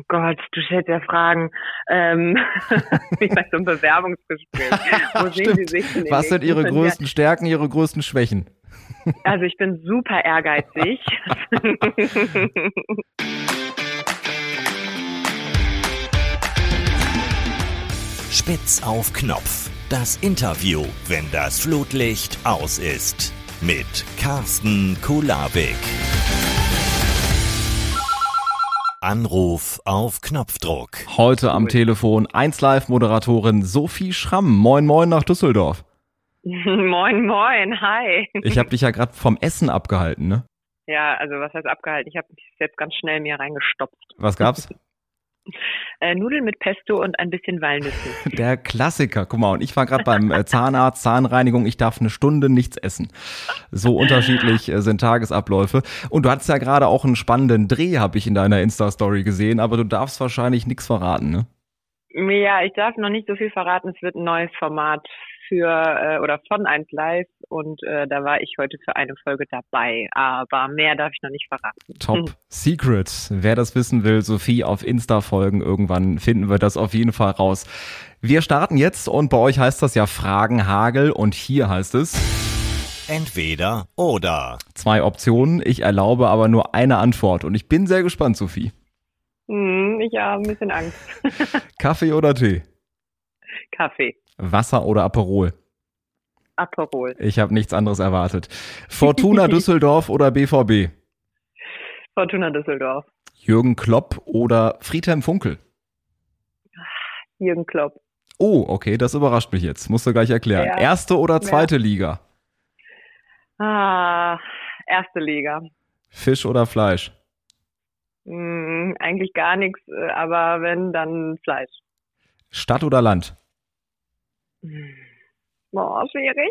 Gott, du stellst ja Fragen. Wie bei so einem Bewerbungsgespräch. Wo sehen Sie Stimmt. sich in den Was sind nächsten Ihre 5 Jahren? größten Stärken, Ihre größten Schwächen? Also ich bin super ehrgeizig. Spitz auf Knopf. Das Interview, wenn das Flutlicht aus ist. Mit Carsten Kulawik. Anruf auf Knopfdruck. Heute am Telefon 1Live-Moderatorin Sophie Schramm. Moin, moin nach Düsseldorf. Moin, moin, hi. Ich habe dich ja gerade vom Essen abgehalten, ne? Ja, also was heißt abgehalten? Ich habe mich jetzt ganz schnell mir reingestopft. Was gab's? Nudeln mit Pesto und ein bisschen Walnüssen. Der Klassiker. Guck mal, und ich war gerade beim Zahnarzt, Zahnreinigung. Ich darf eine Stunde nichts essen. So unterschiedlich sind Tagesabläufe. Und du hattest ja gerade auch einen spannenden Dreh, habe ich in deiner Insta-Story gesehen. Aber du darfst wahrscheinlich nichts verraten, ne? Ja, ich darf noch nicht so viel verraten. Es wird ein neues Format für oder von 1Live und da war ich heute für eine Folge dabei. Aber mehr darf ich noch nicht verraten. Top Secret. Wer das wissen will, Sophie auf Insta folgen. Irgendwann finden wir das auf jeden Fall raus. Wir starten jetzt und bei euch heißt das ja Fragenhagel und hier heißt es Entweder oder. 2 Optionen. Ich erlaube aber nur eine Antwort und ich bin sehr gespannt, Sophie. Ich habe ein bisschen Angst. Kaffee oder Tee? Kaffee. Wasser oder Aperol? Aperol. Ich habe nichts anderes erwartet. Fortuna Düsseldorf oder BVB? Fortuna Düsseldorf. Jürgen Klopp oder Friedhelm Funkel? Jürgen Klopp. Oh, okay, das überrascht mich jetzt. Musst du gleich erklären. Ja. Erste oder zweite Liga? Erste Liga. Fisch oder Fleisch? Eigentlich gar nichts, aber wenn, dann Fleisch. Stadt oder Land? Schwierig.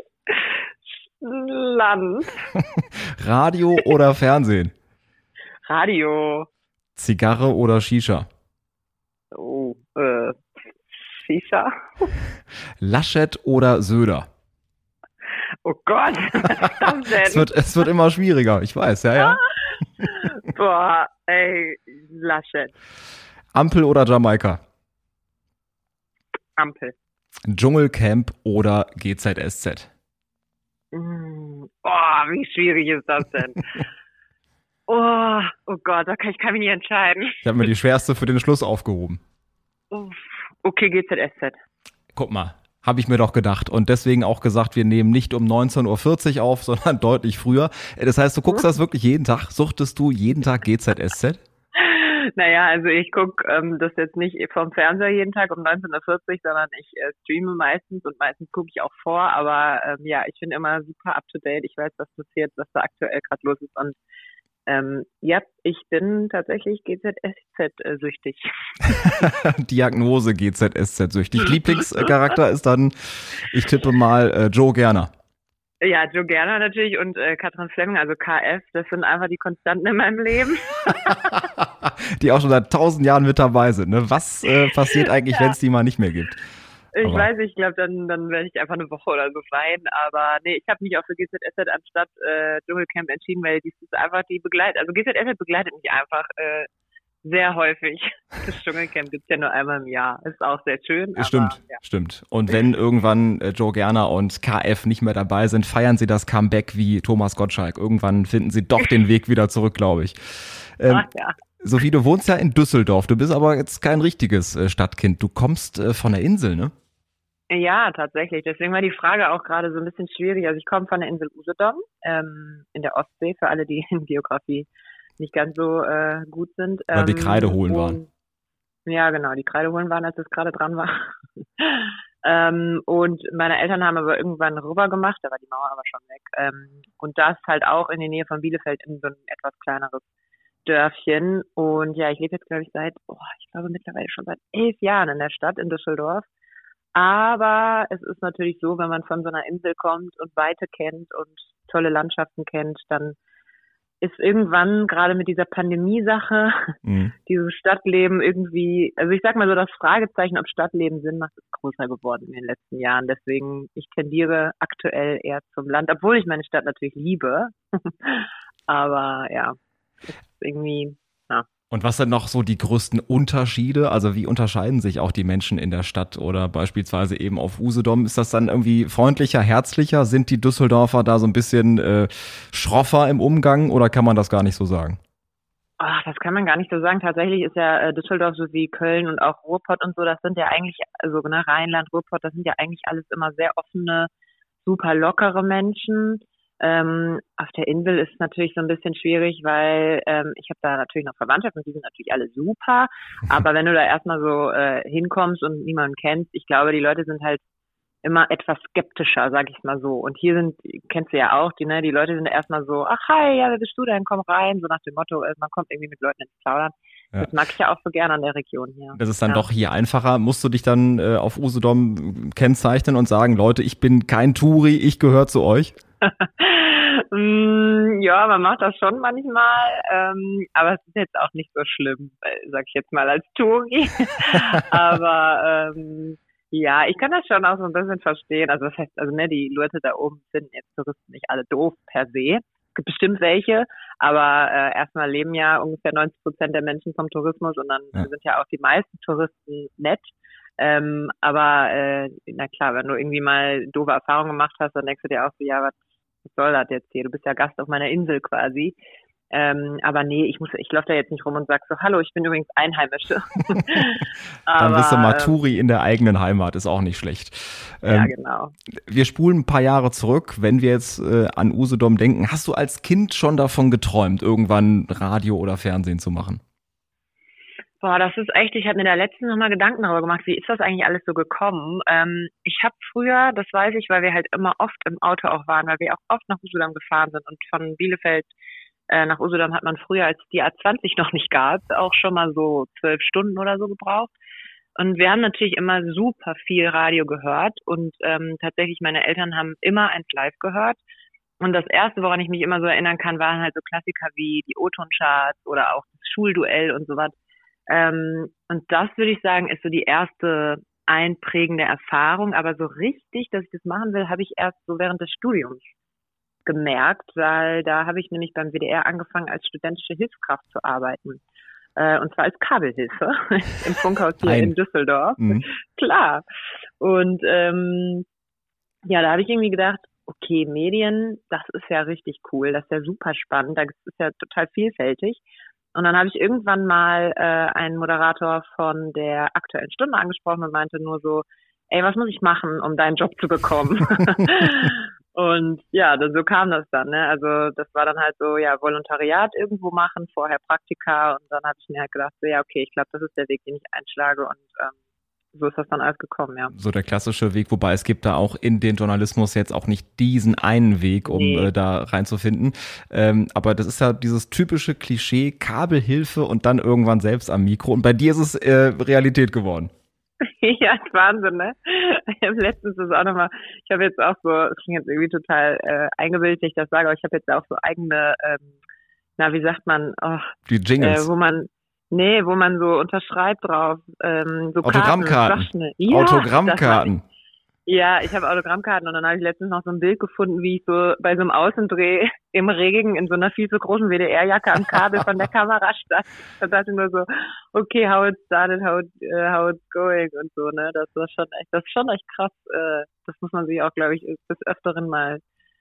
Land. Radio oder Fernsehen? Radio. Zigarre oder Shisha? Oh, Shisha. Laschet oder Söder? Oh Gott, was ist das denn? Es wird immer schwieriger, ich weiß, ja. Boah, ey, Laschet. Ampel oder Jamaika? Ampel. Dschungelcamp oder GZSZ? Wie schwierig ist das denn? Oh Gott, ich kann mich nicht entscheiden. Ich habe mir die schwerste für den Schluss aufgehoben. Okay, GZSZ. Guck mal, habe ich mir doch gedacht. Und deswegen auch gesagt, wir nehmen nicht um 19.40 Uhr auf, sondern deutlich früher. Das heißt, du guckst das wirklich jeden Tag? Suchtest du jeden Tag GZSZ? Naja, also ich gucke das jetzt nicht vom Fernseher jeden Tag um 19.40 Uhr, sondern ich streame meistens und meistens gucke ich auch vor. Aber ja, ich bin immer super up-to-date. Ich weiß, was passiert, was da aktuell gerade los ist. Und ja, ich bin tatsächlich GZSZ-süchtig. Diagnose GZSZ-süchtig. Lieblingscharakter ist dann, ich tippe mal, Joe Gerner. Ja, Joe Gerner natürlich und Katrin Flemming, also KF, das sind einfach die Konstanten in meinem Leben. Die auch schon seit 1000 Jahren mit dabei sind. Ne? Was passiert eigentlich, wenn es die mal nicht mehr gibt? Ich weiß, ich glaube, dann werde ich einfach eine Woche oder so weinen. Aber nee, ich habe mich auch für GZSZ anstatt Dschungelcamp entschieden, weil dies ist einfach die begleitet. Also GZSZ begleitet mich einfach sehr häufig. Das Dschungelcamp gibt's ja nur einmal im Jahr. Ist auch sehr schön. Stimmt, aber, ja. stimmt. Und wenn irgendwann Joe Gerner und KF nicht mehr dabei sind, feiern sie das Comeback wie Thomas Gottschalk. Irgendwann finden sie doch den Weg wieder zurück, glaube ich. Ja. Sophie, du wohnst ja in Düsseldorf. Du bist aber jetzt kein richtiges Stadtkind. Du kommst von der Insel, ne? Ja, tatsächlich. Deswegen war die Frage auch gerade so ein bisschen schwierig. Also ich komme von der Insel Usedom in der Ostsee, für alle, die in Geografie nicht ganz so gut sind. Weil die Kreide holen waren. Ja, genau, die Kreide holen waren, als es gerade dran war. Und meine Eltern haben aber irgendwann rüber gemacht, da war die Mauer aber schon weg. Und das halt auch in der Nähe von Bielefeld in so ein etwas kleineres Dörfchen. Und ja, ich lebe jetzt, glaube ich, ich glaube mittlerweile schon seit 11 Jahren in der Stadt, in Düsseldorf. Aber es ist natürlich so, wenn man von so einer Insel kommt und Weite kennt und tolle Landschaften kennt, dann ist irgendwann gerade mit dieser Pandemie-Sache, dieses Stadtleben irgendwie, also ich sag mal so, das Fragezeichen, ob Stadtleben Sinn macht, ist größer geworden in den letzten Jahren. Deswegen, ich tendiere aktuell eher zum Land, obwohl ich meine Stadt natürlich liebe. Aber ja, ist irgendwie, ja. Und was sind noch so die größten Unterschiede? Also wie unterscheiden sich auch die Menschen in der Stadt oder beispielsweise eben auf Usedom? Ist das dann irgendwie freundlicher, herzlicher? Sind die Düsseldorfer da so ein bisschen schroffer im Umgang oder kann man das gar nicht so sagen? Ach, das kann man gar nicht so sagen. Tatsächlich ist ja Düsseldorf so wie Köln und auch Ruhrpott und so, das sind ja eigentlich, also ne, Rheinland, Ruhrpott, das sind ja eigentlich alles immer sehr offene, super lockere Menschen. Auf der Insel ist es natürlich so ein bisschen schwierig, weil ich habe da natürlich noch Verwandtschaft und die sind natürlich alle super. Aber wenn du da erstmal so hinkommst und niemanden kennst, ich glaube, die Leute sind halt immer etwas skeptischer, sag ich mal so. Und hier sind, kennst du ja auch, die Leute sind erstmal so, ach hi, ja, wer bist du denn? Komm rein, so nach dem Motto, man kommt irgendwie mit Leuten ins Plaudern. Ja. Das mag ich ja auch so gerne an der Region hier. Das ist dann doch hier einfacher. Musst du dich dann auf Usedom kennzeichnen und sagen, Leute, ich bin kein Touri, ich gehöre zu euch? Ja, man macht das schon manchmal, aber es ist jetzt auch nicht so schlimm, sag ich jetzt mal als Touri. Aber ja, ich kann das schon auch so ein bisschen verstehen. Also das heißt, also ne, die Leute da oben finden jetzt Touristen nicht alle doof per se. Es gibt bestimmt welche, aber erstmal leben ja ungefähr 90% der Menschen vom Tourismus und dann sind ja auch die meisten Touristen nett. Aber na klar, wenn du irgendwie mal doofe Erfahrungen gemacht hast, dann denkst du dir auch so, ja, was soll das jetzt hier? Du bist ja Gast auf meiner Insel quasi. Aber nee, ich laufe da jetzt nicht rum und sag so, hallo, ich bin übrigens Einheimische. Dann bist du mal Touri in der eigenen Heimat, ist auch nicht schlecht. Ja, genau. Wir spulen ein paar Jahre zurück, wenn wir jetzt an Usedom denken. Hast du als Kind schon davon geträumt, irgendwann Radio oder Fernsehen zu machen? Boah, das ist echt, ich habe mir da letztens nochmal Gedanken darüber gemacht, wie ist das eigentlich alles so gekommen? Ich habe früher, das weiß ich, weil wir halt immer oft im Auto auch waren, weil wir auch oft nach Usedom gefahren sind und von Bielefeld nach Usedom hat man früher, als die A20 noch nicht gab, auch schon mal so 12 Stunden oder so gebraucht. Und wir haben natürlich immer super viel Radio gehört und tatsächlich meine Eltern haben immer 1 Live gehört. Und das Erste, woran ich mich immer so erinnern kann, waren halt so Klassiker wie die O-Ton-Charts oder auch das Schulduell und sowas. Und das würde ich sagen, ist so die erste einprägende Erfahrung. Aber so richtig, dass ich das machen will, habe ich erst so während des Studiums gemerkt, weil da habe ich nämlich beim WDR angefangen, als studentische Hilfskraft zu arbeiten. Und zwar als Kabelhilfe im Funkhaus hier in Düsseldorf. Mhm. Klar. Und ja, da habe ich irgendwie gedacht, okay, Medien, das ist ja richtig cool, das ist ja super spannend, das ist ja total vielfältig. Und dann habe ich irgendwann mal einen Moderator von der Aktuellen Stunde angesprochen und meinte nur so, ey, was muss ich machen, um deinen Job zu bekommen? Und ja, so kam das dann, ne? Also das war dann halt so, ja, Volontariat irgendwo machen, vorher Praktika und dann habe ich mir halt gedacht, so, ja, okay, ich glaube, das ist der Weg, den ich einschlage und so ist das dann alles gekommen, ja. So der klassische Weg, wobei es gibt da auch in den Journalismus jetzt auch nicht diesen einen Weg, um da reinzufinden. Aber das ist ja dieses typische Klischee, Kabelhilfe und dann irgendwann selbst am Mikro. Und bei dir ist es Realität geworden. Ja, ist Wahnsinn, ne? Ich habe letztens das auch nochmal, ich habe jetzt auch so, es klingt jetzt irgendwie total eingebildet, ich das sage, aber ich habe jetzt auch so eigene, na, wie sagt man, die Jingles. Wo man so unterschreibt drauf, so Autogrammkarten. Ja, Autogrammkarten. Ja, ich habe Autogrammkarten und dann habe ich letztens noch so ein Bild gefunden, wie ich so bei so einem Außendreh im Regen in so einer viel zu großen WDR-Jacke am Kabel von der Kamera stand. Da dachte ich nur so, okay, how it started, how it's going und so, ne? Das ist schon echt krass. Das muss man sich auch, glaube ich, des Öfteren mal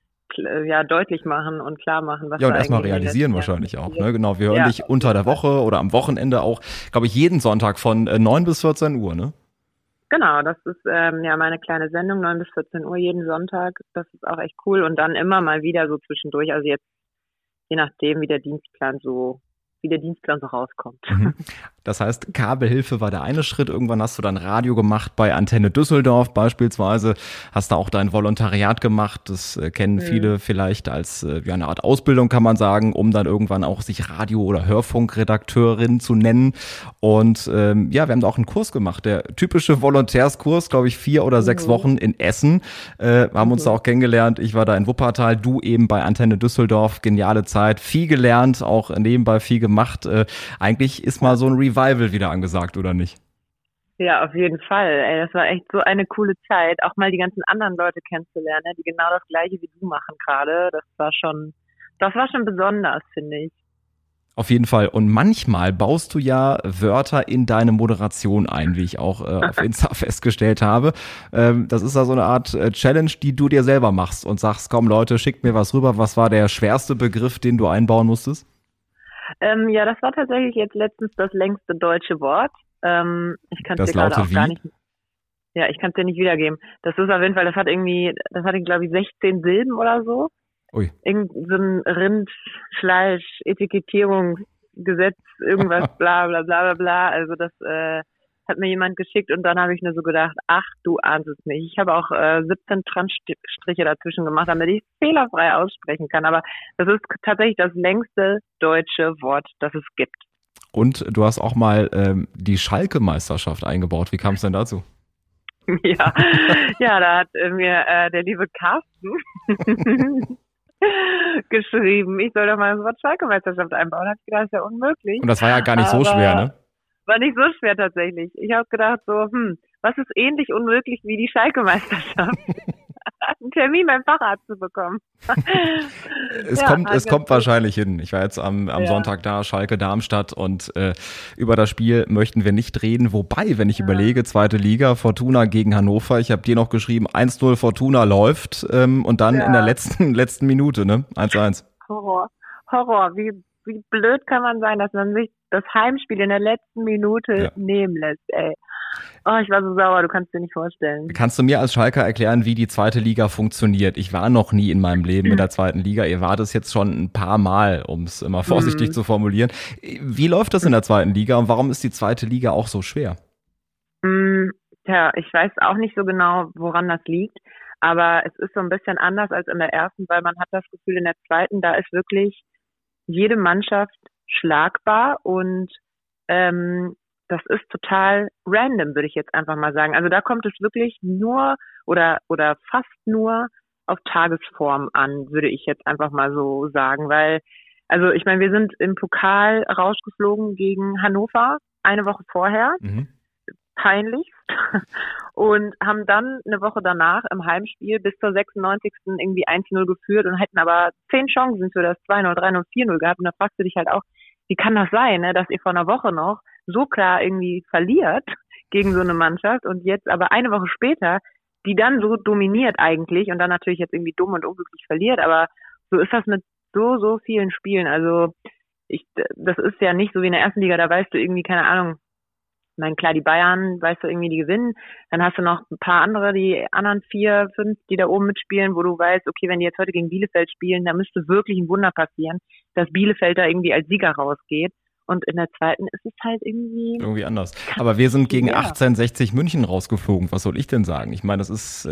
deutlich machen und klar machen. Was ja, und erstmal realisieren wahrscheinlich auch. Ne? Genau, wir hören dich unter der Woche oder am Wochenende auch, glaube ich, jeden Sonntag von 9 bis 14 Uhr, ne? Genau, das ist meine kleine Sendung, 9 bis 14 Uhr jeden Sonntag. Das ist auch echt cool. Und dann immer mal wieder so zwischendurch, also jetzt je nachdem, wie der Dienstplan so rauskommt. Mhm. Das heißt, Kabelhilfe war der eine Schritt. Irgendwann hast du dann Radio gemacht bei Antenne Düsseldorf beispielsweise. Hast da auch dein Volontariat gemacht. Das kennen viele vielleicht als eine Art Ausbildung, kann man sagen, um dann irgendwann auch sich Radio- oder Hörfunkredakteurin zu nennen. Und wir haben da auch einen Kurs gemacht. Der typische Volontärskurs, glaube ich, 4 oder 6 Wochen in Essen. Haben uns da auch kennengelernt. Ich war da in Wuppertal, du eben bei Antenne Düsseldorf. Geniale Zeit. Viel gelernt, auch nebenbei viel gemacht. Eigentlich ist mal so ein Revival wieder angesagt, oder nicht? Ja, auf jeden Fall. Ey, das war echt so eine coole Zeit, auch mal die ganzen anderen Leute kennenzulernen, die genau das Gleiche wie du machen gerade. Das war schon besonders, finde ich. Auf jeden Fall. Und manchmal baust du ja Wörter in deine Moderation ein, wie ich auch auf Insta festgestellt habe. Das ist ja so eine Art Challenge, die du dir selber machst und sagst, komm Leute, schickt mir was rüber. Was war der schwerste Begriff, den du einbauen musstest? Ja, das war tatsächlich jetzt letztens das längste deutsche Wort. Ich kann es Das dir gerade lautet auch gar wie? nicht. Ja, ich kann es dir nicht wiedergeben. Das ist auf jeden Fall, das hatte, glaube ich, 16 Silben oder so. Ui. Irgend so ein Rindfleisch, Etikettierungsgesetz, irgendwas, bla bla bla bla bla. Also das hat mir jemand geschickt und dann habe ich nur so gedacht, ach, du ahnst es nicht. Ich habe auch 17 Transstriche dazwischen gemacht, damit ich fehlerfrei aussprechen kann. Aber das ist tatsächlich das längste deutsche Wort, das es gibt. Und du hast auch mal die Schalke-Meisterschaft eingebaut. Wie kam es denn dazu? Ja, ja, da hat mir der liebe Carsten geschrieben, ich soll doch mal das Wort Schalke-Meisterschaft einbauen. Da habe ich gedacht, das ist ja unmöglich. Und das war ja gar nicht so schwer, ne? War nicht so schwer tatsächlich. Ich habe gedacht so, was ist ähnlich unmöglich wie die Schalke-Meisterschaft? Einen Termin beim Facharzt zu bekommen. Es kommt wahrscheinlich hin. Ich war jetzt am Sonntag da, Schalke Darmstadt und über das Spiel möchten wir nicht reden. Wobei, wenn ich überlege, zweite Liga, Fortuna gegen Hannover, ich habe dir noch geschrieben, 1-0 Fortuna läuft und dann in der letzten Minute, ne? 1-1. Horror. Wie blöd kann man sein, dass man sich das Heimspiel in der letzten Minute nehmen lässt, ey. Oh, ich war so sauer, du kannst dir nicht vorstellen. Kannst du mir als Schalker erklären, wie die zweite Liga funktioniert? Ich war noch nie in meinem Leben in der zweiten Liga. Ihr wart es jetzt schon ein paar Mal, um es immer vorsichtig zu formulieren. Wie läuft das in der zweiten Liga und warum ist die zweite Liga auch so schwer? Tja, ich weiß auch nicht so genau, woran das liegt. Aber es ist so ein bisschen anders als in der ersten, weil man hat das Gefühl, in der zweiten, da ist wirklich jede Mannschaft schlagbar und das ist total random, würde ich jetzt einfach mal sagen. Also da kommt es wirklich nur oder fast nur auf Tagesform an, würde ich jetzt einfach mal so sagen. Weil, also ich meine, wir sind im Pokal rausgeflogen gegen Hannover eine Woche vorher. Peinlich. Und haben dann eine Woche danach im Heimspiel bis zur 96. irgendwie 1-0 geführt und hätten aber 10 Chancen für das 2-0, 3-0, 4-0 gehabt. Und da fragst du dich halt auch, wie kann das sein, ne, dass ihr vor einer Woche noch so klar irgendwie verliert gegen so eine Mannschaft und jetzt aber eine Woche später, die dann so dominiert eigentlich und dann natürlich jetzt irgendwie dumm und unglücklich verliert, aber so ist das mit so vielen Spielen. Also das ist ja nicht so wie in der ersten Liga, da weißt du irgendwie, keine Ahnung, ich meine, klar, die Bayern, weißt du, irgendwie, die gewinnen. Dann hast du noch ein paar andere, die anderen 4, 5, die da oben mitspielen, wo du weißt, okay, wenn die jetzt heute gegen Bielefeld spielen, da müsste wirklich ein Wunder passieren, dass Bielefeld da irgendwie als Sieger rausgeht. Und in der zweiten ist es halt irgendwie anders. Aber wir sind gegen 1860 München rausgeflogen. Was soll ich denn sagen? Ich meine, das ist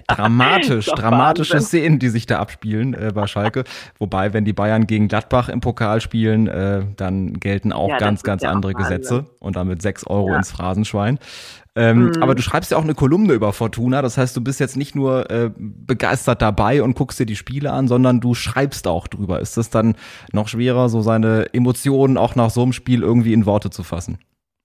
dramatische Szenen, die sich da abspielen bei Schalke. Wobei, wenn die Bayern gegen Gladbach im Pokal spielen, dann gelten auch ganz andere Gesetze und damit 6 Euro ins Phrasenschwein. Aber du schreibst ja auch eine Kolumne über Fortuna, das heißt, du bist jetzt nicht nur begeistert dabei und guckst dir die Spiele an, sondern du schreibst auch drüber. Ist es dann noch schwerer, so seine Emotionen auch nach so einem Spiel irgendwie in Worte zu fassen?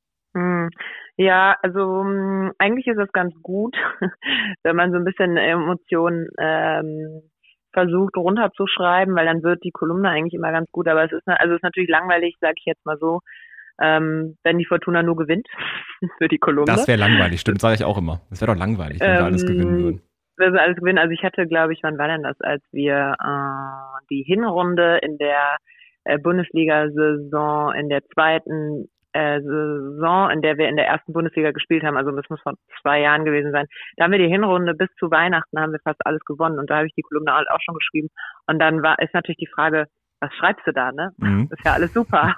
Ja, also eigentlich ist es ganz gut, wenn man so ein bisschen Emotionen versucht runterzuschreiben, weil dann wird die Kolumne eigentlich immer ganz gut, aber es ist natürlich langweilig, sage ich jetzt mal so, wenn die Fortuna nur gewinnt für die Kolumne. Das wäre langweilig, stimmt, sage ich auch immer. Das wäre doch langweilig, wenn wir alles gewinnen würden. Wenn wir alles gewinnen, also ich hatte, glaube ich, wann war denn das, als wir die Hinrunde in der Bundesliga-Saison, in der zweiten Saison, in der wir in der ersten Bundesliga gespielt haben, also das muss vor 2 Jahren gewesen sein, da haben wir die Hinrunde bis zu Weihnachten, haben wir fast alles gewonnen und da habe ich die Kolumne auch schon geschrieben und dann ist natürlich die Frage, was schreibst du da, ne? Ist ja alles super.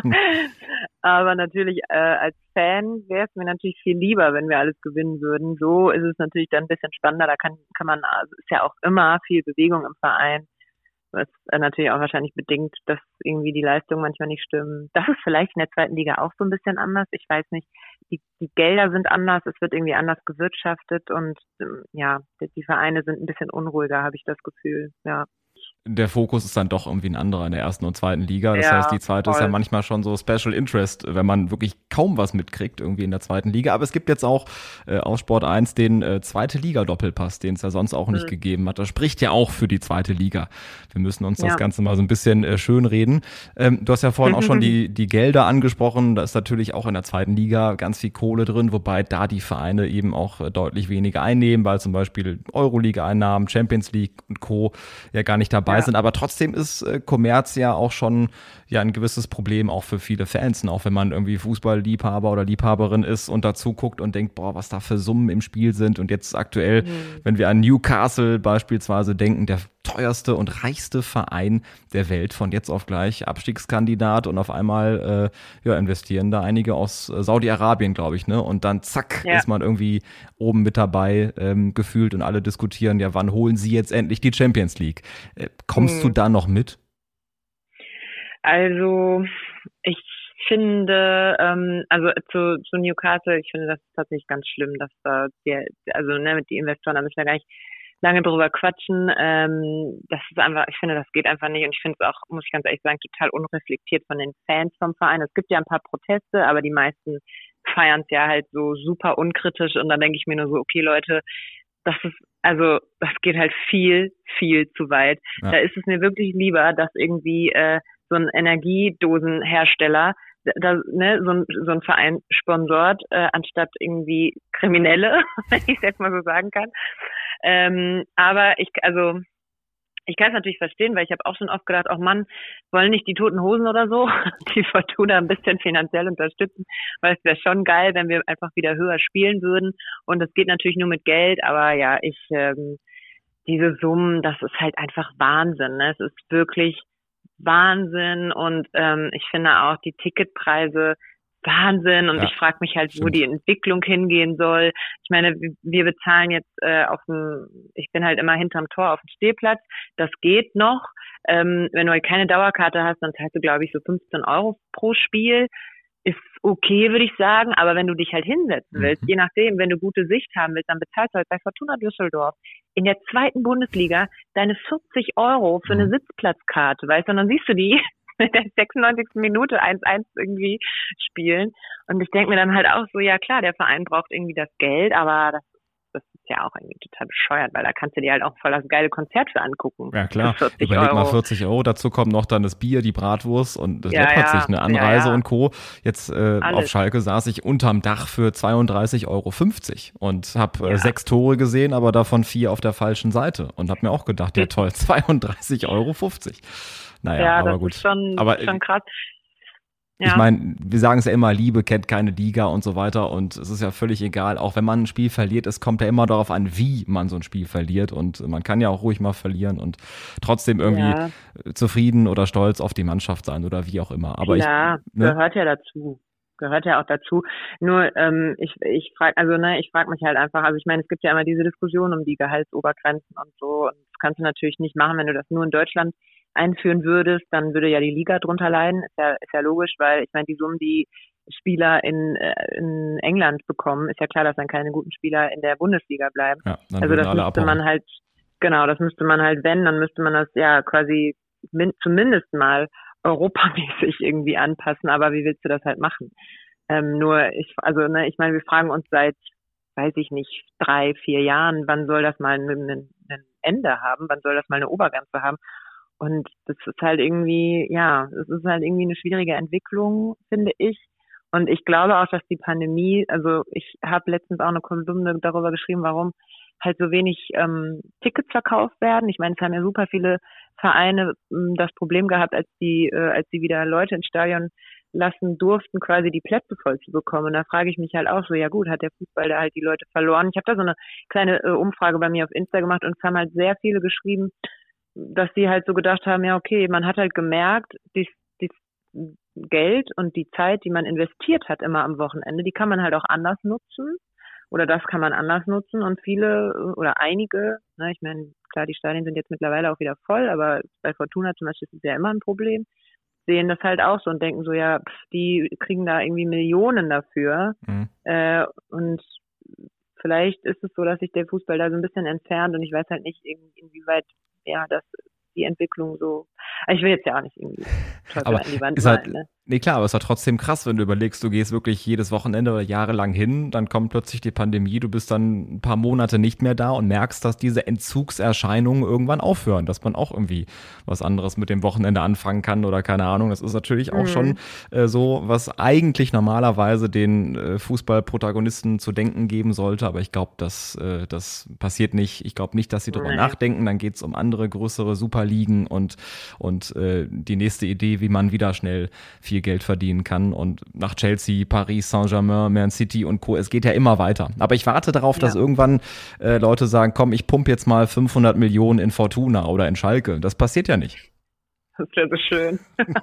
Aber natürlich als Fan wäre es mir natürlich viel lieber, wenn wir alles gewinnen würden. So ist es natürlich dann ein bisschen spannender. Da kann man, also ist ja auch immer viel Bewegung im Verein, was natürlich auch wahrscheinlich bedingt, dass irgendwie die Leistungen manchmal nicht stimmen. Das ist vielleicht in der zweiten Liga auch so ein bisschen anders. Ich weiß nicht. Die Gelder sind anders, es wird irgendwie anders gewirtschaftet und ja, die Vereine sind ein bisschen unruhiger, habe ich das Gefühl, ja. der Fokus ist dann doch irgendwie ein anderer in der ersten und zweiten Liga. Das Ja, heißt, die zweite ist ja voll. manchmal schon so Special Interest, wenn man wirklich kaum was mitkriegt irgendwie in der zweiten Liga. Aber es gibt jetzt auch auf Sport 1 den zweite Liga-Doppelpass, den es ja sonst auch nicht gegeben hat. Das spricht ja auch für die zweite Liga. Wir müssen uns das Ja. Ganze mal so ein bisschen schön reden. Du hast ja vorhin auch schon die Gelder angesprochen. Da ist natürlich auch in der zweiten Liga ganz viel Kohle drin, wobei da die Vereine eben auch deutlich weniger einnehmen, weil zum Beispiel Euroleague-Einnahmen, Champions League und Co. ja gar nicht dabei sind. Aber trotzdem ist Kommerz ja auch schon ein gewisses Problem auch für viele Fans. Und auch wenn man irgendwie Fußballliebhaber oder Liebhaberin ist und dazu guckt und denkt, boah, was da für Summen im Spiel sind. Und jetzt aktuell, wenn wir an Newcastle beispielsweise denken, der teuerste und reichste Verein der Welt, von jetzt auf gleich Abstiegskandidat, und auf einmal investieren da einige aus Saudi-Arabien, glaube ich, ne? Und dann zack, ist man irgendwie oben mit dabei gefühlt, und alle diskutieren, ja, wann holen sie jetzt endlich die Champions League? Kommst du da noch mit? Also ich finde, also zu Newcastle, ich finde das tatsächlich ganz schlimm, dass da mit die Investoren, da müssen wir gar nicht lange drüber quatschen. Das ist einfach, ich finde, das geht einfach nicht, und ich finde es auch, muss ich ganz ehrlich sagen, total unreflektiert von den Fans vom Verein. Es gibt ja ein paar Proteste, aber die meisten feiern es ja halt so super unkritisch, und dann denke ich mir nur so, okay Leute, das geht halt viel, viel zu weit. Ja. Da ist es mir wirklich lieber, dass irgendwie so ein Energiedosenhersteller so ein Verein sponsort, anstatt irgendwie Kriminelle, wenn ich es jetzt mal so sagen kann. Aber ich kann es natürlich verstehen, weil ich habe auch schon oft gedacht, oh Mann, wollen nicht die Toten Hosen oder so die Fortuna ein bisschen finanziell unterstützen, weil es wäre schon geil, wenn wir einfach wieder höher spielen würden, und es geht natürlich nur mit Geld, aber ja, diese Summen, das ist halt einfach Wahnsinn, ne? Es ist wirklich Wahnsinn, und ich finde auch die Ticketpreise Wahnsinn, und ich frage mich halt, wo die Entwicklung hingehen soll. Ich meine, wir bezahlen jetzt ich bin halt immer hinterm Tor auf dem Stehplatz, das geht noch. Wenn du halt keine Dauerkarte hast, dann zahlst du, glaube ich, so 15 € pro Spiel. Ist okay, würde ich sagen, aber wenn du dich halt hinsetzen willst, je nachdem, wenn du gute Sicht haben willst, dann bezahlst du halt bei Fortuna Düsseldorf in der zweiten Bundesliga deine 40 € für eine Sitzplatzkarte, weißt du, und dann siehst du die in der 96. Minute 1-1 irgendwie spielen, und ich denke mir dann halt auch so, ja klar, der Verein braucht irgendwie das Geld, aber das ist ja auch irgendwie total bescheuert, weil da kannst du dir halt auch voll das geile Konzert für angucken. Ja klar, überleg mal 40 €, dazu kommt noch dann das Bier, die Bratwurst, und das läppert sich, eine Anreise und Co. Jetzt auf Schalke saß ich unterm Dach für 32,50 € und habe 6 Tore gesehen, aber davon 4 auf der falschen Seite, und habe mir auch gedacht, ja toll, 32,50 €. Naja, ja, aber das gut. Ist schon krass. Ja. Ich meine, wir sagen es ja immer, Liebe kennt keine Liga und so weiter, und es ist ja völlig egal, auch wenn man ein Spiel verliert, es kommt ja immer darauf an, wie man so ein Spiel verliert, und man kann ja auch ruhig mal verlieren und trotzdem irgendwie zufrieden oder stolz auf die Mannschaft sein oder wie auch immer. Aber gehört ja dazu. Gehört ja auch dazu. Nur ich frage mich halt einfach, also ich meine, es gibt ja immer diese Diskussion um die Gehaltsobergrenzen und so, und das kannst du natürlich nicht machen, wenn du das nur in Deutschland einführen würdest, dann würde ja die Liga drunter leiden. Ist ja logisch, weil ich meine, die Summen, die Spieler in England bekommen, ist ja klar, dass dann keine guten Spieler in der Bundesliga bleiben. Ja, also das müsste man halt, dann müsste man das ja quasi zumindest mal europamäßig irgendwie anpassen, aber wie willst du das halt machen? Ich meine, wir fragen uns seit, weiß ich nicht, 3-4 Jahren, wann soll das mal ein Ende haben, wann soll das mal eine Obergrenze haben? Und das ist halt irgendwie, es ist halt irgendwie eine schwierige Entwicklung, finde ich. Und ich glaube auch, dass die Pandemie, also ich habe letztens auch eine Kolumne darüber geschrieben, warum halt so wenig Tickets verkauft werden. Ich meine, es haben ja super viele Vereine das Problem gehabt, als sie wieder Leute ins Stadion lassen durften, quasi die Plätze voll zu bekommen. Und da frage ich mich halt auch so, ja gut, hat der Fußball da halt die Leute verloren? Ich habe da so eine kleine Umfrage bei mir auf Insta gemacht, und es haben halt sehr viele geschrieben, dass sie halt so gedacht haben, ja okay, man hat halt gemerkt, das Geld und die Zeit, die man investiert hat immer am Wochenende, die kann man halt auch anders nutzen, oder das kann man anders nutzen, und viele oder einige, ne, ich meine, klar, die Stadien sind jetzt mittlerweile auch wieder voll, aber bei Fortuna zum Beispiel ist es ja immer ein Problem, sehen das halt auch so und denken so, ja, die kriegen da irgendwie Millionen dafür, und vielleicht ist es so, dass sich der Fußball da so ein bisschen entfernt, und ich weiß halt nicht, inwieweit das die Entwicklung so. Ich will jetzt ja auch nicht irgendwie Teufel Aber an die Wand ist halt, malen, ne? nee klar, aber es war trotzdem krass, wenn du überlegst, du gehst wirklich jedes Wochenende oder jahrelang hin, dann kommt plötzlich die Pandemie, du bist dann ein paar Monate nicht mehr da und merkst, dass diese Entzugserscheinungen irgendwann aufhören, dass man auch irgendwie was anderes mit dem Wochenende anfangen kann oder keine Ahnung. Das ist natürlich auch schon so, was eigentlich normalerweise den Fußballprotagonisten zu denken geben sollte, aber ich glaube, das passiert nicht. Ich glaube nicht, dass sie darüber nachdenken, dann geht's um andere größere Superligen und die nächste Idee, wie man wieder schnell viel Geld verdienen kann und nach Chelsea, Paris Saint-Germain, Man City und Co. Es geht ja immer weiter. Aber ich warte darauf, dass irgendwann Leute sagen, komm, ich pump jetzt mal 500 Millionen in Fortuna oder in Schalke. Das passiert ja nicht. Das wäre so schön.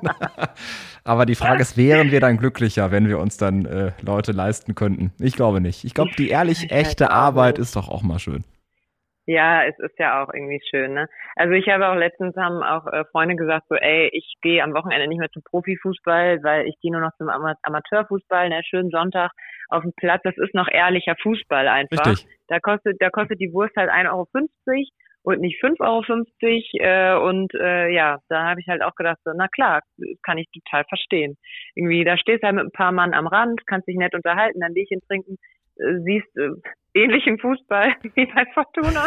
Aber die Frage ist, wären wir dann glücklicher, wenn wir uns dann Leute leisten könnten? Ich glaube nicht. Ich glaube, die ehrlich echte Arbeit ist doch auch mal schön. Ja, es ist ja auch irgendwie schön, ne? Also ich habe auch letztens, haben auch Freunde gesagt, so, ey, ich gehe am Wochenende nicht mehr zum Profifußball, weil ich gehe nur noch zum Amateurfußball, ne, schönen Sonntag auf dem Platz. Das ist noch ehrlicher Fußball einfach. Richtig. Da kostet die Wurst halt 1,50 € und nicht 5,50 € und ja, da habe ich halt auch gedacht, so, na klar, kann ich total verstehen. Irgendwie, da stehst du halt mit ein paar Mann am Rand, kannst dich nett unterhalten, dann Bierchen trinken, siehst ähnlichen Fußball wie bei Fortuna.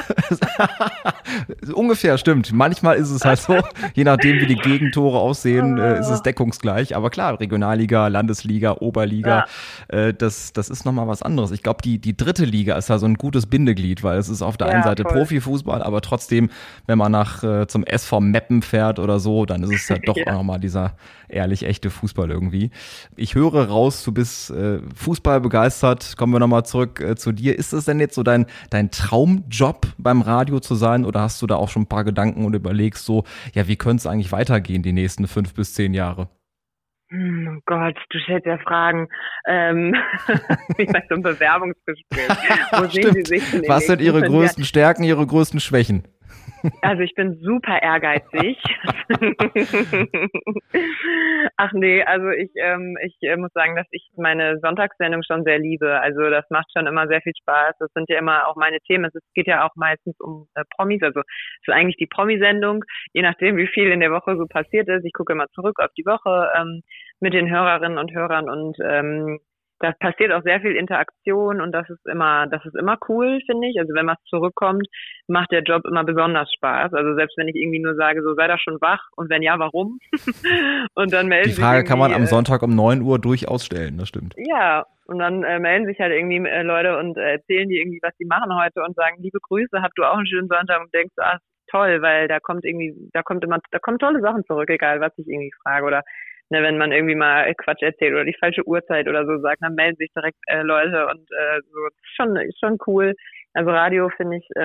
Ungefähr, stimmt. Manchmal ist es halt so, je nachdem wie die Gegentore aussehen, ist es deckungsgleich. Aber klar, Regionalliga, Landesliga, Oberliga, das ist nochmal was anderes. Ich glaube, die dritte Liga ist ja so ein gutes Bindeglied, weil es ist auf der einen Seite voll Profifußball, aber trotzdem, wenn man zum SV Meppen fährt oder so, dann ist es ja doch auch nochmal dieser ehrlich echte Fußball irgendwie. Ich höre raus, du bist Fußball begeistert. Kommen wir nochmal zurück zu dir. Ist es denn jetzt so dein Traumjob beim Radio zu sein oder hast du da auch schon ein paar Gedanken und überlegst so, ja, wie könnte es eigentlich weitergehen die nächsten 5 bis 10 Jahre? Oh Gott, du stellst ja Fragen. Wie bei so einem Bewerbungsgespräch. Wo sehen Sie sich in den Was sind Ihre größten Stärken, Ihre größten Schwächen? Also ich bin super ehrgeizig. Ach nee, also ich muss sagen, dass ich meine Sonntagssendung schon sehr liebe. Also das macht schon immer sehr viel Spaß. Das sind ja immer auch meine Themen. Es geht ja auch meistens um Promis. Also es ist eigentlich die Promi-Sendung, je nachdem, wie viel in der Woche so passiert ist. Ich gucke immer zurück auf die Woche mit den Hörerinnen und Hörern und das passiert auch sehr viel Interaktion und das ist immer cool, finde ich. Also wenn was zurückkommt, macht der Job immer besonders Spaß. Also selbst wenn ich irgendwie nur sage, so sei doch schon wach und wenn ja, warum? Und dann melden sich die Frage kann man am Sonntag um 9 Uhr durchaus stellen, das stimmt. Ja, und dann melden sich halt irgendwie Leute und erzählen dir irgendwie, was sie machen heute und sagen, liebe Grüße, habt du auch einen schönen Sonntag und denkst, ach toll, weil da kommen tolle Sachen zurück, egal was ich irgendwie frage oder ne, wenn man irgendwie mal Quatsch erzählt oder die falsche Uhrzeit oder so sagt, dann melden sich direkt Leute und so. Ist schon cool. Also Radio finde ich,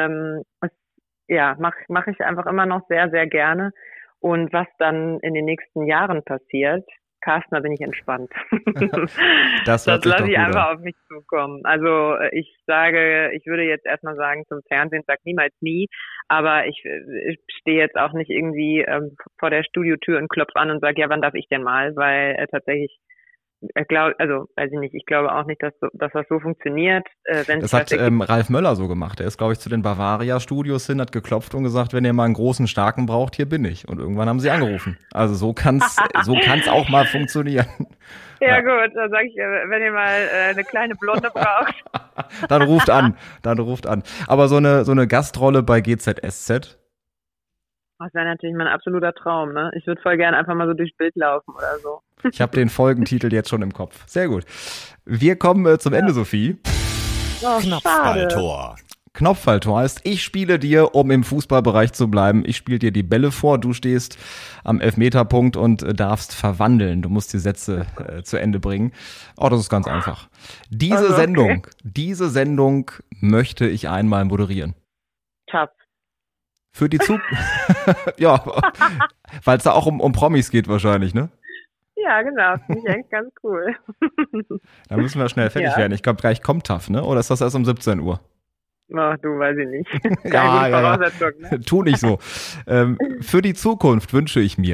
mache ich einfach immer noch sehr, sehr gerne. Und was dann in den nächsten Jahren passiert, Carsten, da bin ich entspannt. Das lasse ich einfach auf mich zukommen. Also ich würde jetzt erstmal sagen, zum Fernsehen sag niemals nie, aber ich stehe jetzt auch nicht irgendwie vor der Studiotür und klopfe an und sage, ja, wann darf ich denn mal? Weil tatsächlich weiß ich nicht, ich glaube auch nicht, dass das so funktioniert. Das hat Ralf Möller so gemacht. Er ist, glaube ich, zu den Bavaria-Studios hin, hat geklopft und gesagt, wenn ihr mal einen großen, starken braucht, hier bin ich. Und irgendwann haben sie angerufen. Also so kann's auch mal funktionieren. Ja gut, dann sage ich, wenn ihr mal eine kleine Blonde braucht. Dann ruft an. Aber so eine Gastrolle bei GZSZ? Das wäre natürlich mein absoluter Traum, ne? Ich würde voll gerne einfach mal so durchs Bild laufen oder so. Ich habe den Folgentitel jetzt schon im Kopf. Sehr gut. Wir kommen zum Ende, Sophie. Oh, Knopfballtor. Knopfballtor heißt, ich spiele dir, um im Fußballbereich zu bleiben, ich spiele dir die Bälle vor, du stehst am Elfmeterpunkt und darfst verwandeln. Du musst die Sätze zu Ende bringen. Oh, das ist ganz einfach. Diese Sendung möchte ich einmal moderieren. Top. Für die Zukunft. Ja, weil es da auch um Promis geht wahrscheinlich, ne? Ja, genau. Finde ich eigentlich ganz cool. Da müssen wir schnell fertig werden. Ich glaube, gleich kommt TAF, ne? Oder ist das erst um 17 Uhr? Ach, du, weiß ich nicht. Ja. Ne? Tu nicht so. Für die Zukunft wünsche ich mir...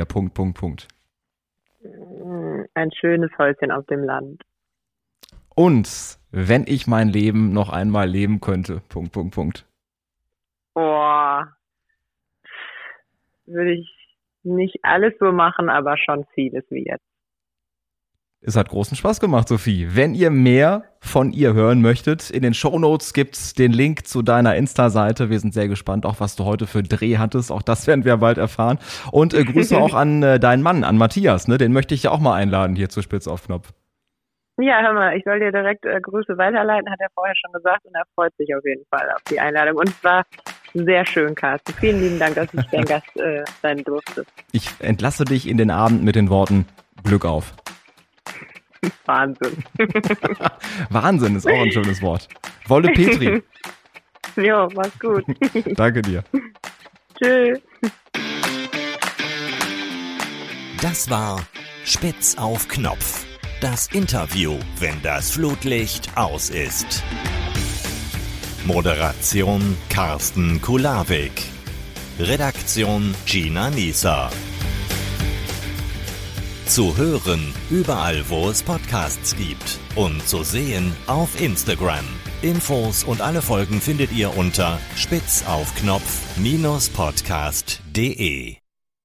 Ein schönes Häuschen auf dem Land. Und wenn ich mein Leben noch einmal leben könnte... Oh. würde ich nicht alles so machen, aber schon vieles wie jetzt. Es hat großen Spaß gemacht, Sophie. Wenn ihr mehr von ihr hören möchtet, in den Shownotes gibt's den Link zu deiner Insta-Seite. Wir sind sehr gespannt, auch was du heute für Dreh hattest. Auch das werden wir bald erfahren. Und Grüße auch an deinen Mann, an Matthias. Ne? Den möchte ich ja auch mal einladen hier zu Spitz auf Knopf. Ja, hör mal, ich soll dir direkt Grüße weiterleiten, hat er vorher schon gesagt, und er freut sich auf jeden Fall auf die Einladung. Und es war sehr schön, Carsten. Vielen lieben Dank, dass ich dein Gast sein durfte. Ich entlasse dich in den Abend mit den Worten Glück auf. Wahnsinn. Wahnsinn ist auch ein schönes Wort. Wolle Petri. Jo, mach's gut. Danke dir. Tschüss. Das war Spitz auf Knopf. Das Interview, wenn das Flutlicht aus ist. Moderation Carsten Kulawik. Redaktion Gina Nieser. Zu hören überall, wo es Podcasts gibt. Und zu sehen auf Instagram. Infos und alle Folgen findet ihr unter spitzaufknopf-podcast.de.